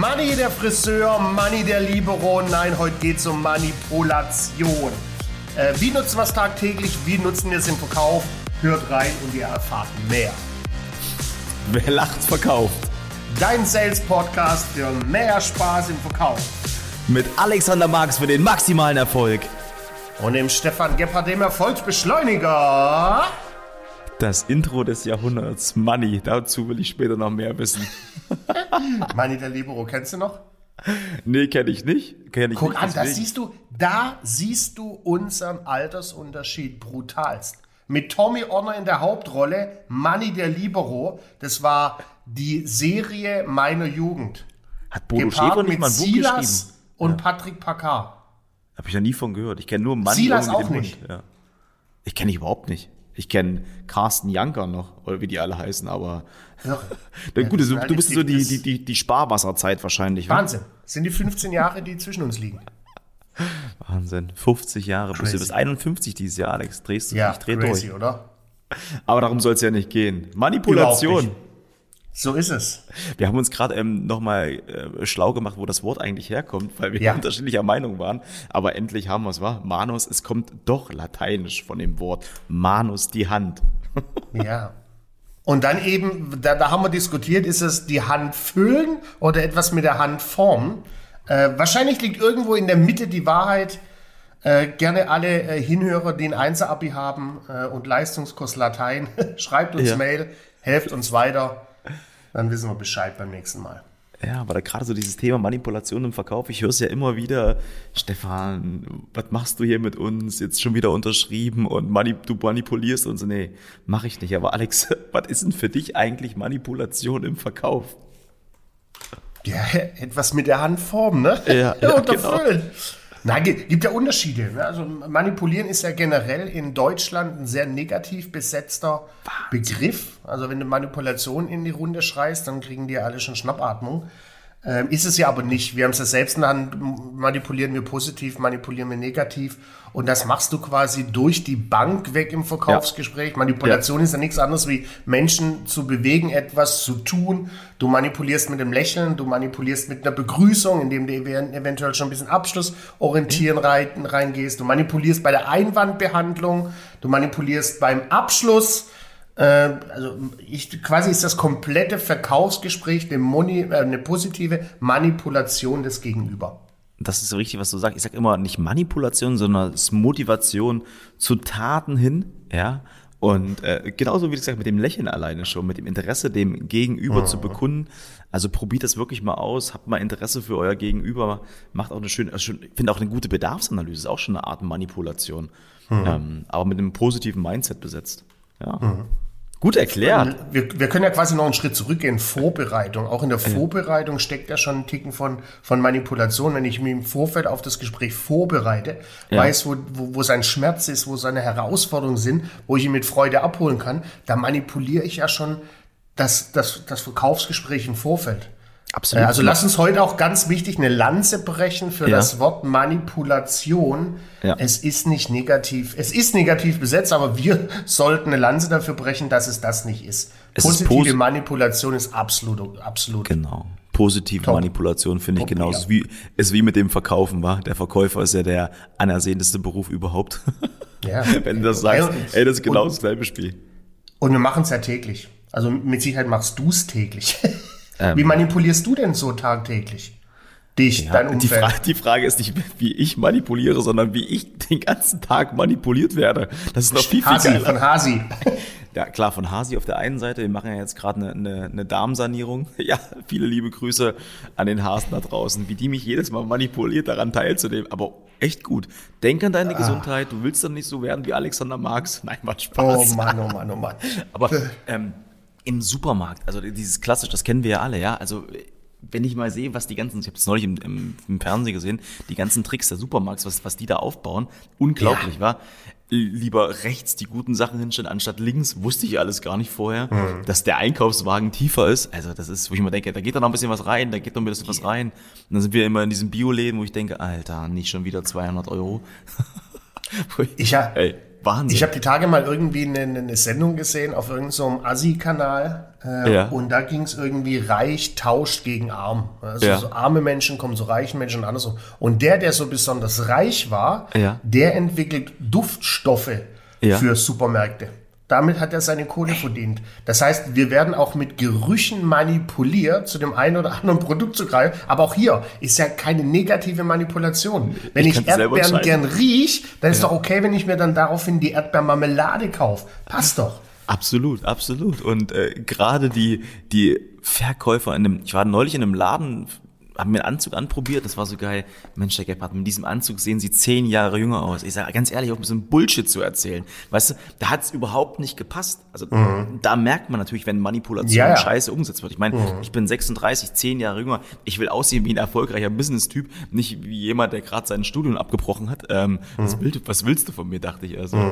Manni der Friseur, Manni der Libero. Nein, heute geht es um Manipulation. Wie nutzen wir es tagtäglich? Wie nutzen wir es im Verkauf? Hört rein und ihr erfahrt mehr. Wer lacht, verkauft. Dein Sales-Podcast für mehr Spaß im Verkauf. Mit Alexander Marx für den maximalen Erfolg. Und dem Stefan Gebhardt, dem Erfolgsbeschleuniger. Das Intro des Jahrhunderts, Manni. Dazu will ich später noch mehr wissen. Manni der Libero, kennst du noch? Nee, kenne ich nicht. Guck an, da siehst du unseren Altersunterschied brutalst. Mit Tommy Orner in der Hauptrolle, Manni der Libero. Das war die Serie meiner Jugend. Hat Bodo Schäfer nicht mal ein Buch Silas geschrieben? Und Patrick Packard. Habe ich ja nie von gehört. Ich kenne nur Manni. Silas mit auch dem nicht. Hund. Ja. Ich kenne ich überhaupt nicht. Ich kenne Carsten Janker noch, oder wie die alle heißen, aber Ja. gut, du bist so das- die Sparwasserzeit wahrscheinlich. Wahnsinn. Das sind die 15 Jahre, die zwischen uns liegen. Wahnsinn. 50 Jahre. Crazy. Du bist 51 dieses Jahr, Alex. Drehst du? Ja, Ich dreh crazy, durch. oder? Aber darum soll es ja nicht gehen. Manipulation. Überhaupt nicht. So ist es. Wir haben uns gerade nochmal schlau gemacht, wo das Wort eigentlich herkommt, weil wir Ja. unterschiedlicher Meinung waren. Aber endlich haben wir es, wa? Manus, es kommt doch lateinisch von dem Wort. Manus, die Hand. Ja. Und dann eben, da haben wir diskutiert, ist es die Hand füllen oder etwas mit der Hand formen? Wahrscheinlich liegt irgendwo in der Mitte die Wahrheit. Gerne alle Hinhörer, die ein Einser-Abi haben und Leistungskurs Latein, schreibt uns Ja. Mail, helft uns weiter. Dann wissen wir Bescheid beim nächsten Mal. Ja, aber da gerade so dieses Thema Manipulation im Verkauf, ich höre es ja immer wieder, Stefan, was machst du hier mit uns? Jetzt schon wieder unterschrieben und du manipulierst uns. Nee, mache ich nicht. Aber Alex, was ist denn für dich eigentlich Manipulation im Verkauf? Ja, etwas mit der Hand formen, ne? Ja, Oder genau. füllen. Nein, gibt ja Unterschiede. Ne? Also manipulieren ist ja generell in Deutschland ein sehr negativ besetzter Begriff. Also wenn du Manipulation in die Runde schreist, dann kriegen die ja alle schon Schnappatmung. Ist es ja aber nicht. Wir haben es ja selbst in der Hand. Manipulieren wir positiv, manipulieren wir negativ. Und das machst du quasi durch die Bank weg im Verkaufsgespräch. Manipulation ist ja nichts anderes wie Menschen zu bewegen, etwas zu tun. Du manipulierst mit dem Lächeln, du manipulierst mit einer Begrüßung, indem du eventuell schon ein bisschen Abschlussorientieren reingehst. Du manipulierst bei der Einwandbehandlung, du manipulierst beim Abschluss. Quasi ist das komplette Verkaufsgespräch eine positive Manipulation des Gegenüber. Das ist so richtig, was du sagst. Ich sag immer nicht Manipulation, sondern es ist Motivation zu Taten hin, ja. Und genauso wie du gesagt, mit dem Lächeln alleine schon, mit dem Interesse dem Gegenüber zu bekunden. Also probiert das wirklich mal aus, habt mal Interesse für euer Gegenüber, macht auch eine schöne, ich finde auch eine gute Bedarfsanalyse, ist auch schon eine Art Manipulation. Aber mit einem positiven Mindset besetzt. Ja. Gut erklärt. Wir können ja quasi noch einen Schritt zurückgehen. Vorbereitung. Auch in der Vorbereitung steckt ja schon ein Ticken von Manipulation. Wenn ich mich im Vorfeld auf das Gespräch vorbereite, weiß, wo sein Schmerz ist, wo seine Herausforderungen sind, wo ich ihn mit Freude abholen kann, da manipuliere ich ja schon das Verkaufsgespräch im Vorfeld. Absolut. Also lass uns heute auch ganz wichtig eine Lanze brechen für das Wort Manipulation. Ja. Es ist nicht negativ. Es ist negativ besetzt, aber wir sollten eine Lanze dafür brechen, dass es das nicht ist. Positive Manipulation ist absolut. Genau. Positive Top. Manipulation finde ich Top, genauso. ja. Ist wie mit dem Verkaufen, war. Der Verkäufer ist ja der anersehendste Beruf überhaupt. Ja. Wenn du das sagst, das ist genau das selbe Spiel. Und wir machen es ja täglich. Also mit Sicherheit machst du es täglich. Wie manipulierst du denn so tagtäglich? Dein Umfeld? Die Frage ist nicht, wie ich manipuliere, sondern wie ich den ganzen Tag manipuliert werde. Das ist noch viel geiler. Von Hasi. Ja, klar, von Hasi auf der einen Seite. Wir machen ja jetzt gerade eine Darmsanierung. Ja, viele liebe Grüße an den Hasen da draußen, wie die mich jedes Mal manipuliert, daran teilzunehmen. Aber echt gut. Denk an deine Gesundheit. Du willst doch nicht so werden wie Alexander Marx. Nein, macht Spaß. Oh Mann. Aber im Supermarkt, also dieses klassisch, das kennen wir ja alle, ja. Also wenn ich mal sehe, was die ganzen, ich habe es neulich im Fernsehen gesehen, die ganzen Tricks der Supermarkts, was die da aufbauen, unglaublich, war. Lieber rechts die guten Sachen hinstellen, anstatt links, wusste ich alles gar nicht vorher, dass der Einkaufswagen tiefer ist. Also das ist, wo ich immer denke, da geht doch noch ein bisschen was rein, da geht noch ein bisschen was rein. Und dann sind wir immer in diesem Bioläden, wo ich denke, Alter, nicht schon wieder 200 Euro. Wahnsinn. Ich habe die Tage mal irgendwie eine Sendung gesehen auf irgendeinem so Assi-Kanal und da ging es irgendwie reich tauscht gegen arm. Also so arme Menschen kommen zu reichen Menschen und andersrum. Und der so besonders reich war, der entwickelt Duftstoffe für Supermärkte. Damit hat er seine Kohle verdient. Das heißt, wir werden auch mit Gerüchen manipuliert, zu dem einen oder anderen Produkt zu greifen. Aber auch hier ist ja keine negative Manipulation. Wenn ich Erdbeeren gern riech, dann ist doch okay, wenn ich mir dann daraufhin die Erdbeermarmelade kaufe. Passt doch. Absolut, absolut. Und gerade die Verkäufer ich war neulich in einem Laden, haben mir einen Anzug anprobiert, das war so geil. Mensch, der Gebhardt, mit diesem Anzug sehen Sie 10 Jahre jünger aus. Ich sage ganz ehrlich, auch ein bisschen Bullshit zu erzählen. Weißt du, da hat es überhaupt nicht gepasst. Also da merkt man natürlich, wenn Manipulation scheiße umgesetzt wird. Ich meine, ich bin 36, 10 Jahre jünger. Ich will aussehen wie ein erfolgreicher Business-Typ, nicht wie jemand, der gerade sein Studium abgebrochen hat. Was willst du von mir, dachte ich. Also.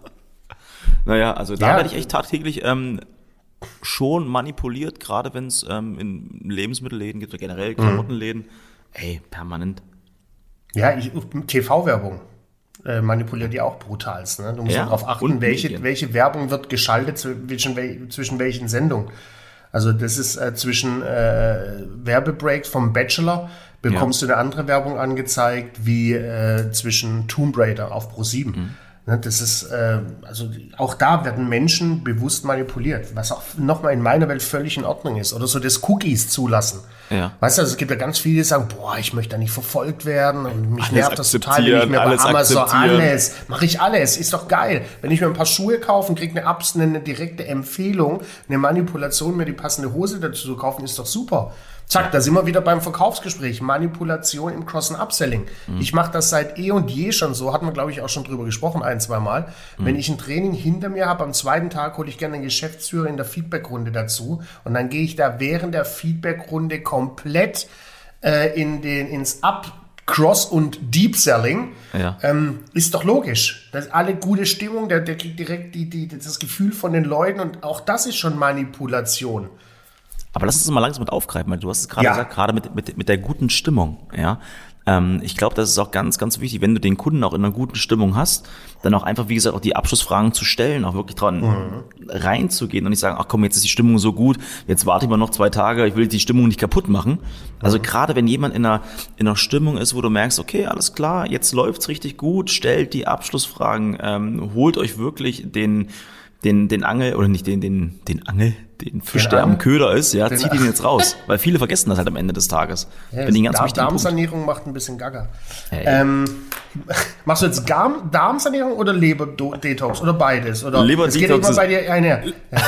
Naja, also da werde ich echt tagtäglich schon manipuliert, gerade wenn es in Lebensmittelläden gibt oder generell Klamottenläden. Ey, permanent. Ja, TV-Werbung manipuliert ja auch brutalst. Ne? Du musst darauf achten, welche Werbung wird geschaltet zwischen welchen Sendungen. Also das ist zwischen Werbebreaks vom Bachelor bekommst du eine andere Werbung angezeigt wie zwischen Tomb Raider auf Pro7. Das ist, also auch da werden Menschen bewusst manipuliert, was auch nochmal in meiner Welt völlig in Ordnung ist. Oder so das Cookies zulassen. Ja. Weißt du, also es gibt ja ganz viele, die sagen, ich möchte da nicht verfolgt werden und mich nervt das total, wenn ich mir bei Amazon mache ich alles, ist doch geil. Wenn ich mir ein paar Schuhe kaufe und kriege eine direkte Empfehlung, eine Manipulation, mir die passende Hose dazu zu kaufen, ist doch super. Zack, da sind wir wieder beim Verkaufsgespräch. Manipulation im Cross- und Upselling. Ich mache das seit eh und je schon so, hatten wir, glaube ich, auch schon drüber gesprochen, 1-2 Mal. Wenn ich ein Training hinter mir habe, am zweiten Tag hole ich gerne einen Geschäftsführer in der Feedbackrunde dazu und dann gehe ich da während der Feedbackrunde komplett ins Cross- und Deep Selling. Ist doch logisch. Das ist alle gute Stimmung, der kriegt direkt das Gefühl von den Leuten und auch das ist schon Manipulation. Aber lass uns mal langsam mit aufgreifen, weil du hast es gerade gesagt, gerade mit der guten Stimmung. Ja, ich glaube, das ist auch ganz, ganz wichtig, wenn du den Kunden auch in einer guten Stimmung hast, dann auch einfach, wie gesagt, auch die Abschlussfragen zu stellen, auch wirklich dran reinzugehen und nicht sagen, ach komm, jetzt ist die Stimmung so gut, jetzt warte ich mal noch 2 Tage, ich will die Stimmung nicht kaputt machen. Also gerade wenn jemand in einer Stimmung ist, wo du merkst, okay, alles klar, jetzt läuft's richtig gut, stellt die Abschlussfragen, holt euch wirklich den Angel, oder nicht den Fisch, der am Köder ist, zieht ihn jetzt raus. Weil viele vergessen das halt am Ende des Tages. Darmsanierung macht ein bisschen Gaga. Machst du jetzt Darmsanierung oder Leberdetox oder beides? Oder Leberdetox bei dir einher.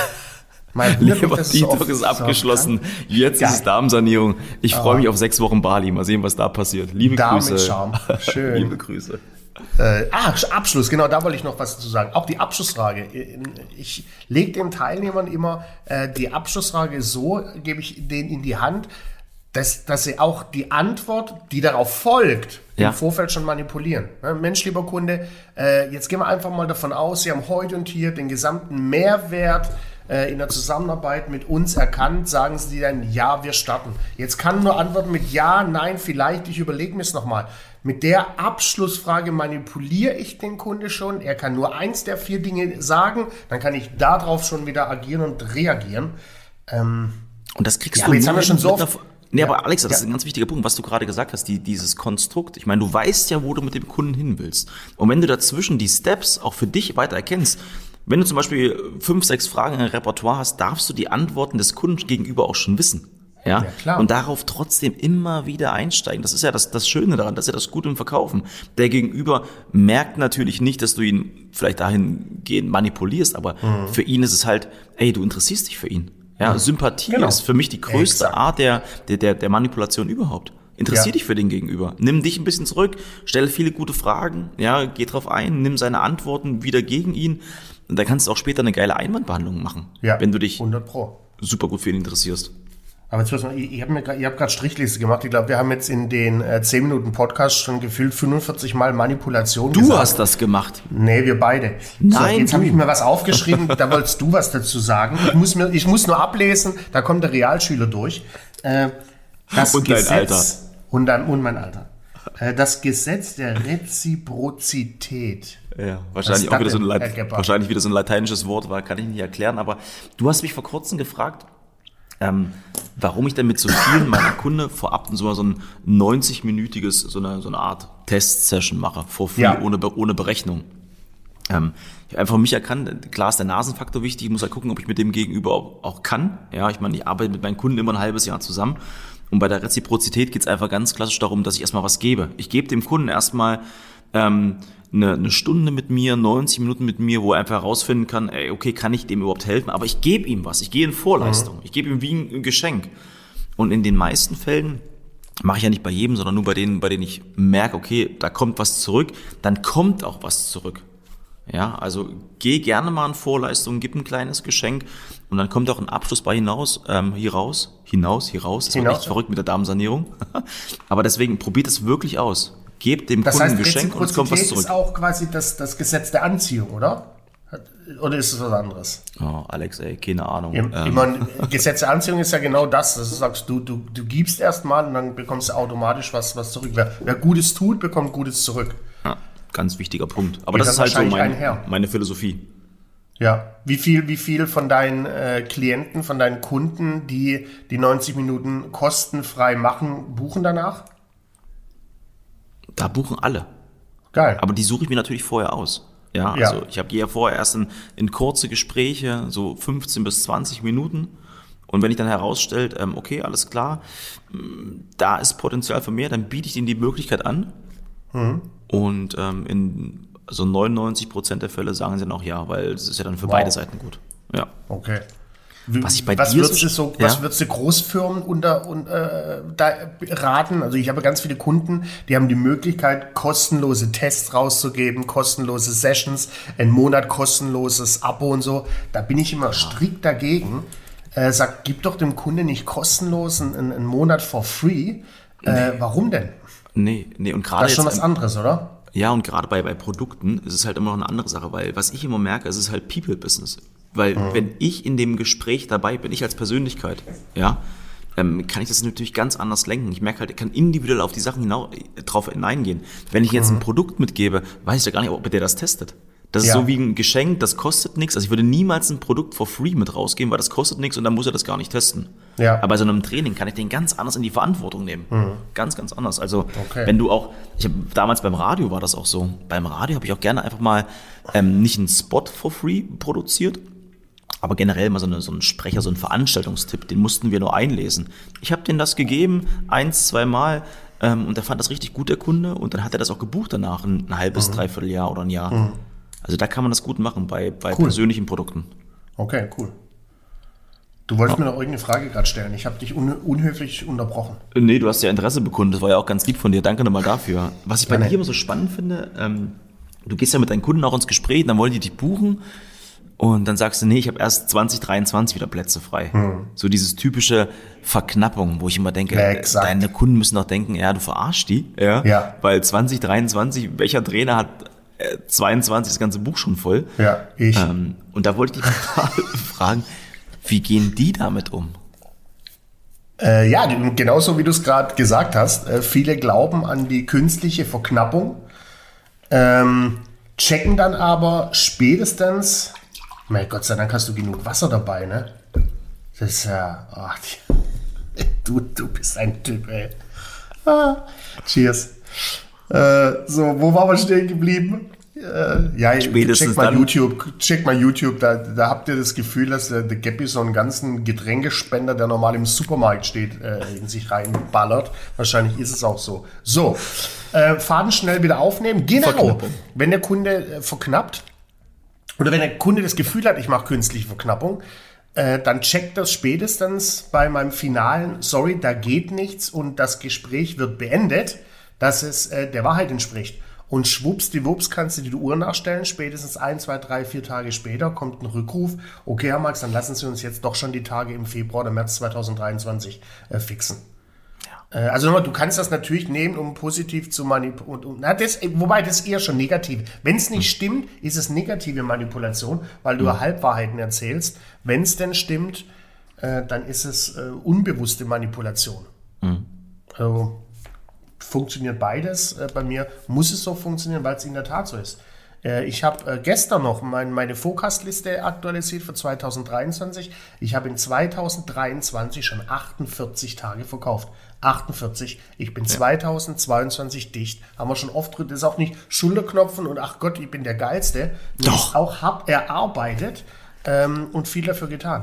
Leberdetox ist abgeschlossen. Jetzt ist es Darmsanierung. Ich freue mich auf 6 Wochen Bali. Mal sehen, was da passiert. Liebe Grüße. Schön. Liebe Grüße. Abschluss, genau, da wollte ich noch was dazu sagen. Auch die Abschlussfrage. Ich lege den Teilnehmern immer die Abschlussfrage so, gebe ich denen in die Hand, dass sie auch die Antwort, die darauf folgt, im Vorfeld schon manipulieren. Mensch, lieber Kunde, jetzt gehen wir einfach mal davon aus, Sie haben heute und hier den gesamten Mehrwert in der Zusammenarbeit mit uns erkannt, sagen Sie dann, ja, wir starten. Jetzt kann nur antworten mit ja, nein, vielleicht, ich überlege mir es nochmal. Mit der Abschlussfrage manipuliere ich den Kunde schon. Er kann nur 1 der 4 Dinge sagen, dann kann ich darauf schon wieder agieren und reagieren. Und das kriegst du jetzt haben wir schon so oft. Aber Alexa, das ist ein ganz wichtiger Punkt, was du gerade gesagt hast, dieses Konstrukt. Ich meine, du weißt ja, wo du mit dem Kunden hin willst. Und wenn du dazwischen die Steps auch für dich weiter erkennst, wenn du zum Beispiel 5, 6 Fragen in einem Repertoire hast, darfst du die Antworten des Kunden gegenüber auch schon wissen. Ja, klar. Und darauf trotzdem immer wieder einsteigen. Das ist ja das Schöne daran, das ist ja das Gute im Verkaufen. Der Gegenüber merkt natürlich nicht, dass du ihn vielleicht dahingehend manipulierst, aber für ihn ist es halt, ey, du interessierst dich für ihn. Ja, Sympathie ist für mich die größte Art der Manipulation überhaupt. Interessier dich für den Gegenüber. Nimm dich ein bisschen zurück, stell viele gute Fragen, geh drauf ein, nimm seine Antworten wieder gegen ihn. Und dann kannst du auch später eine geile Einwandbehandlung machen, wenn du dich 100%. super gut für ihn interessierst. Aber jetzt ihr habt gerade Strichliste gemacht. Ich glaube, wir haben jetzt in den 10 Minuten Podcast schon gefühlt 45 Mal Manipulation gesagt. Du hast das gemacht. Nee, wir beide. Nein, so, jetzt habe ich mir was aufgeschrieben, da wolltest du was dazu sagen. Ich muss nur ablesen, da kommt der Realschüler durch. Das und Gesetz dein Alter. Und mein Alter. Das Gesetz der Reziprozität. Ja, wahrscheinlich auch wieder wahrscheinlich wieder so ein lateinisches Wort, kann ich nicht erklären, aber du hast mich vor kurzem gefragt, warum ich denn mit so vielen meiner Kunden vorab so ein 90-minütiges, so eine Art Test-Session mache, for free, ohne Berechnung. Ich habe einfach mich erkannt, klar ist der Nasenfaktor wichtig, ich muss halt gucken, ob ich mit dem Gegenüber auch kann. Ja, ich meine, ich arbeite mit meinen Kunden immer ein halbes Jahr zusammen. Und bei der Reziprozität geht es einfach ganz klassisch darum, dass ich erstmal was gebe. Ich gebe dem Kunden erstmal eine Stunde mit mir, 90 Minuten mit mir, wo er einfach herausfinden kann, ey, okay, kann ich dem überhaupt helfen? Aber ich gebe ihm was, ich gehe in Vorleistung, ich gebe ihm wie ein Geschenk. Und in den meisten Fällen, mache ich ja nicht bei jedem, sondern nur bei denen ich merke, okay, da kommt was zurück, dann kommt auch was zurück. Ja, also geh gerne mal in Vorleistung, gib ein kleines Geschenk und dann kommt auch ein Abschluss bei hinaus, das war echt verrückt mit der Damensanierung. Aber deswegen, probiert es wirklich aus. Gebt dem Kunden ein Geschenk und es kommt was zurück. Das heißt, Reziprozität ist auch quasi das Gesetz der Anziehung, oder? Oder ist es was anderes? Oh, Alex, ey, keine Ahnung. Ich meine, Gesetz der Anziehung ist ja genau das, dass du sagst, du gibst erstmal und dann bekommst du automatisch was zurück. Wer Gutes tut, bekommt Gutes zurück. Ja, ganz wichtiger Punkt. Aber das ist halt so meine Philosophie. Ja, wie viel von deinen Klienten, von deinen Kunden, die 90 Minuten kostenfrei machen, buchen danach? Da buchen alle. Geil. Aber die suche ich mir natürlich vorher aus. Ja, also ich gehe ja vorher erst in kurze Gespräche, so 15 bis 20 Minuten. Und wenn ich dann herausstellt, okay, alles klar, da ist Potenzial für mehr, dann biete ich ihnen die Möglichkeit an. Mhm. Und in so 99% der Fälle sagen sie dann auch ja, weil es ist ja dann für beide Seiten gut. Ja. Okay. Was würdest du Großfirmen da raten? Also ich habe ganz viele Kunden, die haben die Möglichkeit, kostenlose Tests rauszugeben, kostenlose Sessions, einen Monat kostenloses Abo und so. Da bin ich immer strikt dagegen. Gib doch dem Kunden nicht kostenlos einen Monat for free. Warum denn? Nee, und gerade das ist schon was anderes, oder? Ja, und gerade bei Produkten ist es halt immer noch eine andere Sache, weil was ich immer merke, es ist halt People-Business. Weil wenn ich in dem Gespräch dabei bin, ich als Persönlichkeit, ja, kann ich das natürlich ganz anders lenken. Ich merke halt, ich kann individuell auf die Sachen drauf hineingehen. Wenn ich jetzt ein Produkt mitgebe, weiß ich ja gar nicht, ob der das testet. Das ist so wie ein Geschenk, das kostet nichts. Also ich würde niemals ein Produkt for free mit rausgeben, weil das kostet nichts und dann muss er das gar nicht testen. Ja. Aber bei so einem Training kann ich den ganz anders in die Verantwortung nehmen. Ganz, ganz anders. Also wenn du auch, damals beim Radio war das auch so. Beim Radio habe ich auch gerne einfach mal nicht einen Spot for free produziert, aber generell mal so einen Sprecher, so einen Veranstaltungstipp, den mussten wir nur einlesen. Ich habe denen das gegeben, 1-2 Mal, und der fand das richtig gut, der Kunde, und dann hat er das auch gebucht danach, ein halbes, dreiviertel Jahr oder ein Jahr. Also da kann man das gut machen, bei persönlichen Produkten. Okay, cool. Du wolltest mir noch irgendeine Frage gerade stellen. Ich habe dich unhöflich unterbrochen. Nee, du hast ja Interesse bekundet, das war ja auch ganz lieb von dir. Danke nochmal dafür. Was ich bei dir immer so spannend finde, du gehst ja mit deinen Kunden auch ins Gespräch, dann wollen die dich buchen. Und dann sagst du, nee, ich habe erst 2023 wieder Plätze frei. So dieses typische Verknappung, wo ich immer denke, deine Kunden müssen doch denken, ja, du verarschst die. Ja. Weil 2023, welcher Trainer hat 22 das ganze Buch schon voll? Ja, ich. Und da wollte ich dich fragen, wie gehen die damit um? Ja, genauso wie du es gerade gesagt hast. Viele glauben an die künstliche Verknappung, checken dann aber spätestens... Mein Gott sei Dank hast du genug Wasser dabei, ne? Das ist ja... du bist ein Typ, ey. Cheers. So, wo waren wir stehen geblieben? Check mal YouTube, da habt ihr das Gefühl, dass der Geppi so einen ganzen Getränkespender, der normal im Supermarkt steht, in sich reinballert. Wahrscheinlich ist es auch so. So, Faden schnell wieder aufnehmen. Genau, wenn der Kunde verknappt, oder wenn der Kunde das Gefühl hat, ich mache künstliche Verknappung, dann checkt das spätestens bei meinem finalen, sorry, da geht nichts und das Gespräch wird beendet, dass es der Wahrheit entspricht. Und schwuppsdiwupps kannst du die Uhr nachstellen, spätestens 1, 2, 3, 4 Tage später kommt ein Rückruf. Okay, Herr Max, dann lassen Sie uns jetzt doch schon die Tage im Februar oder März 2023 fixen. Ja. Also nochmal, du kannst das natürlich nehmen, um positiv zu manipulieren. Wobei, das ist eher schon negativ. Wenn es nicht stimmt, ist es negative Manipulation, weil du Halbwahrheiten erzählst. Wenn es denn stimmt, dann ist es unbewusste Manipulation. Also, funktioniert beides. Bei mir muss es so funktionieren, weil es in der Tat so ist. Ich habe gestern noch meine Forecast-Liste aktualisiert für 2023. Ich habe in 2023 schon 48 Tage verkauft. 48. Ich bin 2022 dicht. Haben wir schon oft drüber. Das ist auch nicht Schulterklopfen und ach Gott, ich bin der Geilste. Doch. Das ist auch hart erarbeitet und viel dafür getan.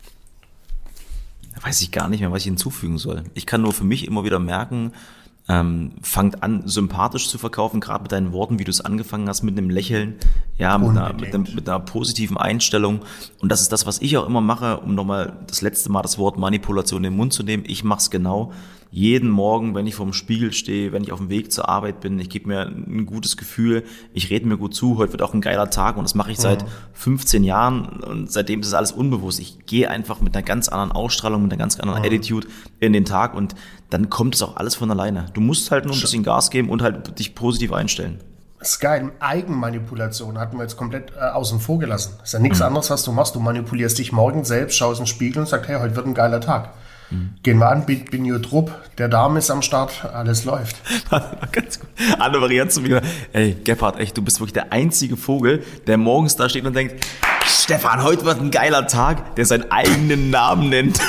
Da weiß ich gar nicht mehr, was ich hinzufügen soll. Ich kann nur für mich immer wieder merken, fangt an, sympathisch zu verkaufen, gerade mit deinen Worten, wie du es angefangen hast, mit einem Lächeln, ja, mit einer positiven Einstellung. Und das ist das, was ich auch immer mache, um nochmal das letzte Mal das Wort Manipulation in den Mund zu nehmen. Ich mache es genau. Jeden Morgen, wenn ich vorm Spiegel stehe, wenn ich auf dem Weg zur Arbeit bin, ich gebe mir ein gutes Gefühl, ich rede mir gut zu, heute wird auch ein geiler Tag und das mache ich seit 15 Jahren und seitdem ist es alles unbewusst. Ich gehe einfach mit einer ganz anderen Ausstrahlung, mit einer ganz anderen Attitude in den Tag und dann kommt es auch alles von alleine. Du musst halt nur ein bisschen Gas geben und halt dich positiv einstellen. Das ist geil. Eigenmanipulation hatten wir jetzt komplett außen vor gelassen. Das ist ja nichts anderes, was du machst. Du manipulierst dich morgen selbst, schaust in den Spiegel und sagst, hey, heute wird ein geiler Tag. Gehen wir an, bin Trupp, der Darm ist am Start, alles läuft. Ganz gut. Andere Variante zu mir. Ey, Gebhard, echt, du bist wirklich der einzige Vogel, der morgens da steht und denkt, Stefan, heute wird ein geiler Tag, der seinen eigenen Namen nennt.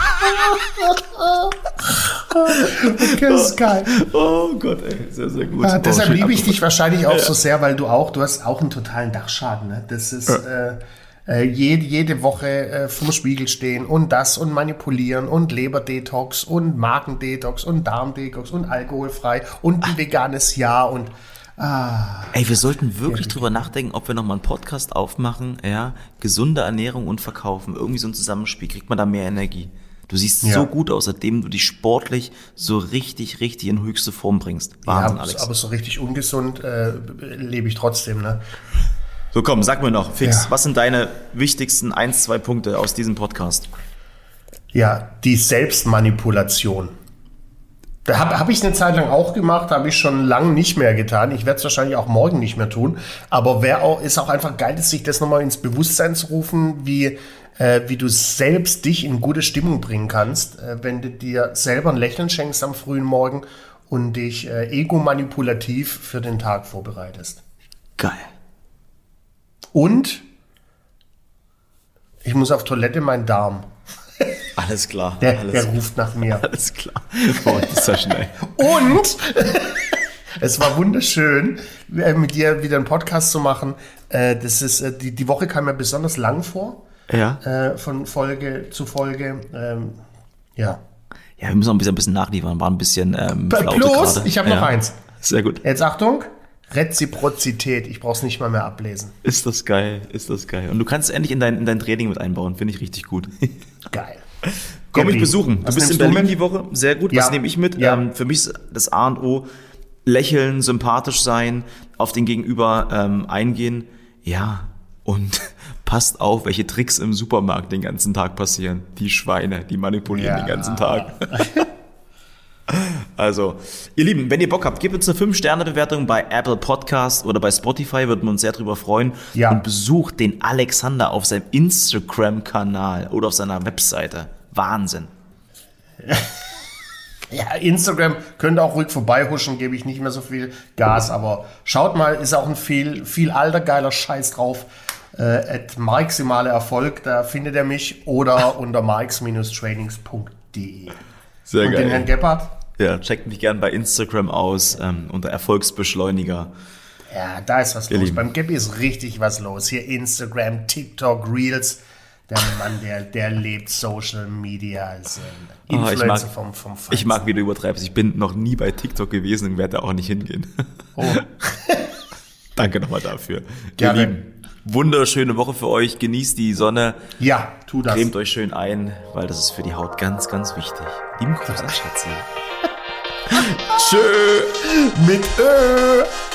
Das ist geil. Oh Gott, ey, sehr, sehr gut. Deshalb liebe ich dich wahrscheinlich auch so sehr, weil du hast auch einen totalen Dachschaden. Ne? Das ist jede Woche vorm Spiegel stehen und das und manipulieren und Leberdetox und Magendetox und Darmdetox und alkoholfrei und ein veganes Jahr und ey, wir sollten wirklich drüber nachdenken, ob wir nochmal einen Podcast aufmachen, ja, gesunde Ernährung und Verkaufen, irgendwie so ein Zusammenspiel, kriegt man da mehr Energie. Du siehst so gut aus, seitdem du dich sportlich so richtig in höchste Form bringst. Wahnsinn, ja, Alex. Aber so richtig ungesund lebe ich trotzdem, ne? So, komm, sag mir noch, fix, was sind deine wichtigsten 1, 2 Punkte aus diesem Podcast? Ja, die Selbstmanipulation. Da hab ich eine Zeit lang auch gemacht, habe ich schon lange nicht mehr getan. Ich werde es wahrscheinlich auch morgen nicht mehr tun. Aber ist auch einfach geil, sich das nochmal ins Bewusstsein zu rufen, wie du selbst dich in gute Stimmung bringen kannst, wenn du dir selber ein Lächeln schenkst am frühen Morgen und dich egomanipulativ für den Tag vorbereitest. Geil. Und ich muss auf Toilette, mein Darm. Alles klar. Der ruft nach mir. Alles klar. Boah, das ist ja schnell. Und es war wunderschön, mit dir wieder einen Podcast zu machen. Das ist, die Woche kam mir besonders lang vor. Ja. Von Folge zu Folge. Ja. Ja, wir müssen auch ein bisschen nachliefern. War ein bisschen Flaute Plus, gerade. ich habe noch eins. Sehr gut. Jetzt Achtung. Reziprozität. Ich brauche es nicht mal mehr ablesen. Ist das geil. Und du kannst es endlich in dein Training mit einbauen. Finde ich richtig gut. Geil. Komm mich besuchen. Du bist in Berlin die Woche. Sehr gut. Ja. Was nehme ich mit? Ja. Für mich ist das A und O lächeln, sympathisch sein, auf den Gegenüber eingehen. Ja, und passt auf, welche Tricks im Supermarkt den ganzen Tag passieren. Die Schweine, die manipulieren den ganzen Tag. Also, ihr Lieben, wenn ihr Bock habt, gebt uns eine 5-Sterne-Bewertung bei Apple Podcast oder bei Spotify, würden wir uns sehr drüber freuen. Ja. Und besucht den Alexander auf seinem Instagram-Kanal oder auf seiner Webseite. Wahnsinn. Ja, Instagram könnt ihr auch ruhig vorbeihuschen, gebe ich nicht mehr so viel Gas, aber schaut mal, ist auch ein viel alter, geiler Scheiß drauf. Maximale Erfolg, da findet ihr mich oder unter marx-trainings.de. Sehr und geil. den Herrn Gebhard? Ja, checkt mich gern bei Instagram aus, unter Erfolgsbeschleuniger. Ja, da ist was Ihr los. Lieben. Beim Gabby ist richtig was los. Hier Instagram, TikTok, Reels. Der Mann, der lebt Social Media als Influencer vom Feinsten. Ich mag, wie du übertreibst. Ich bin noch nie bei TikTok gewesen und werde da auch nicht hingehen. Oh. Danke nochmal dafür. Gerne. Ihr Lieben, wunderschöne Woche für euch. Genießt die Sonne. Ja, tu das. Cremt euch schön ein, weil das ist für die Haut ganz, ganz wichtig. Lieben Gruß an Schatzi. Tschö mit Ö.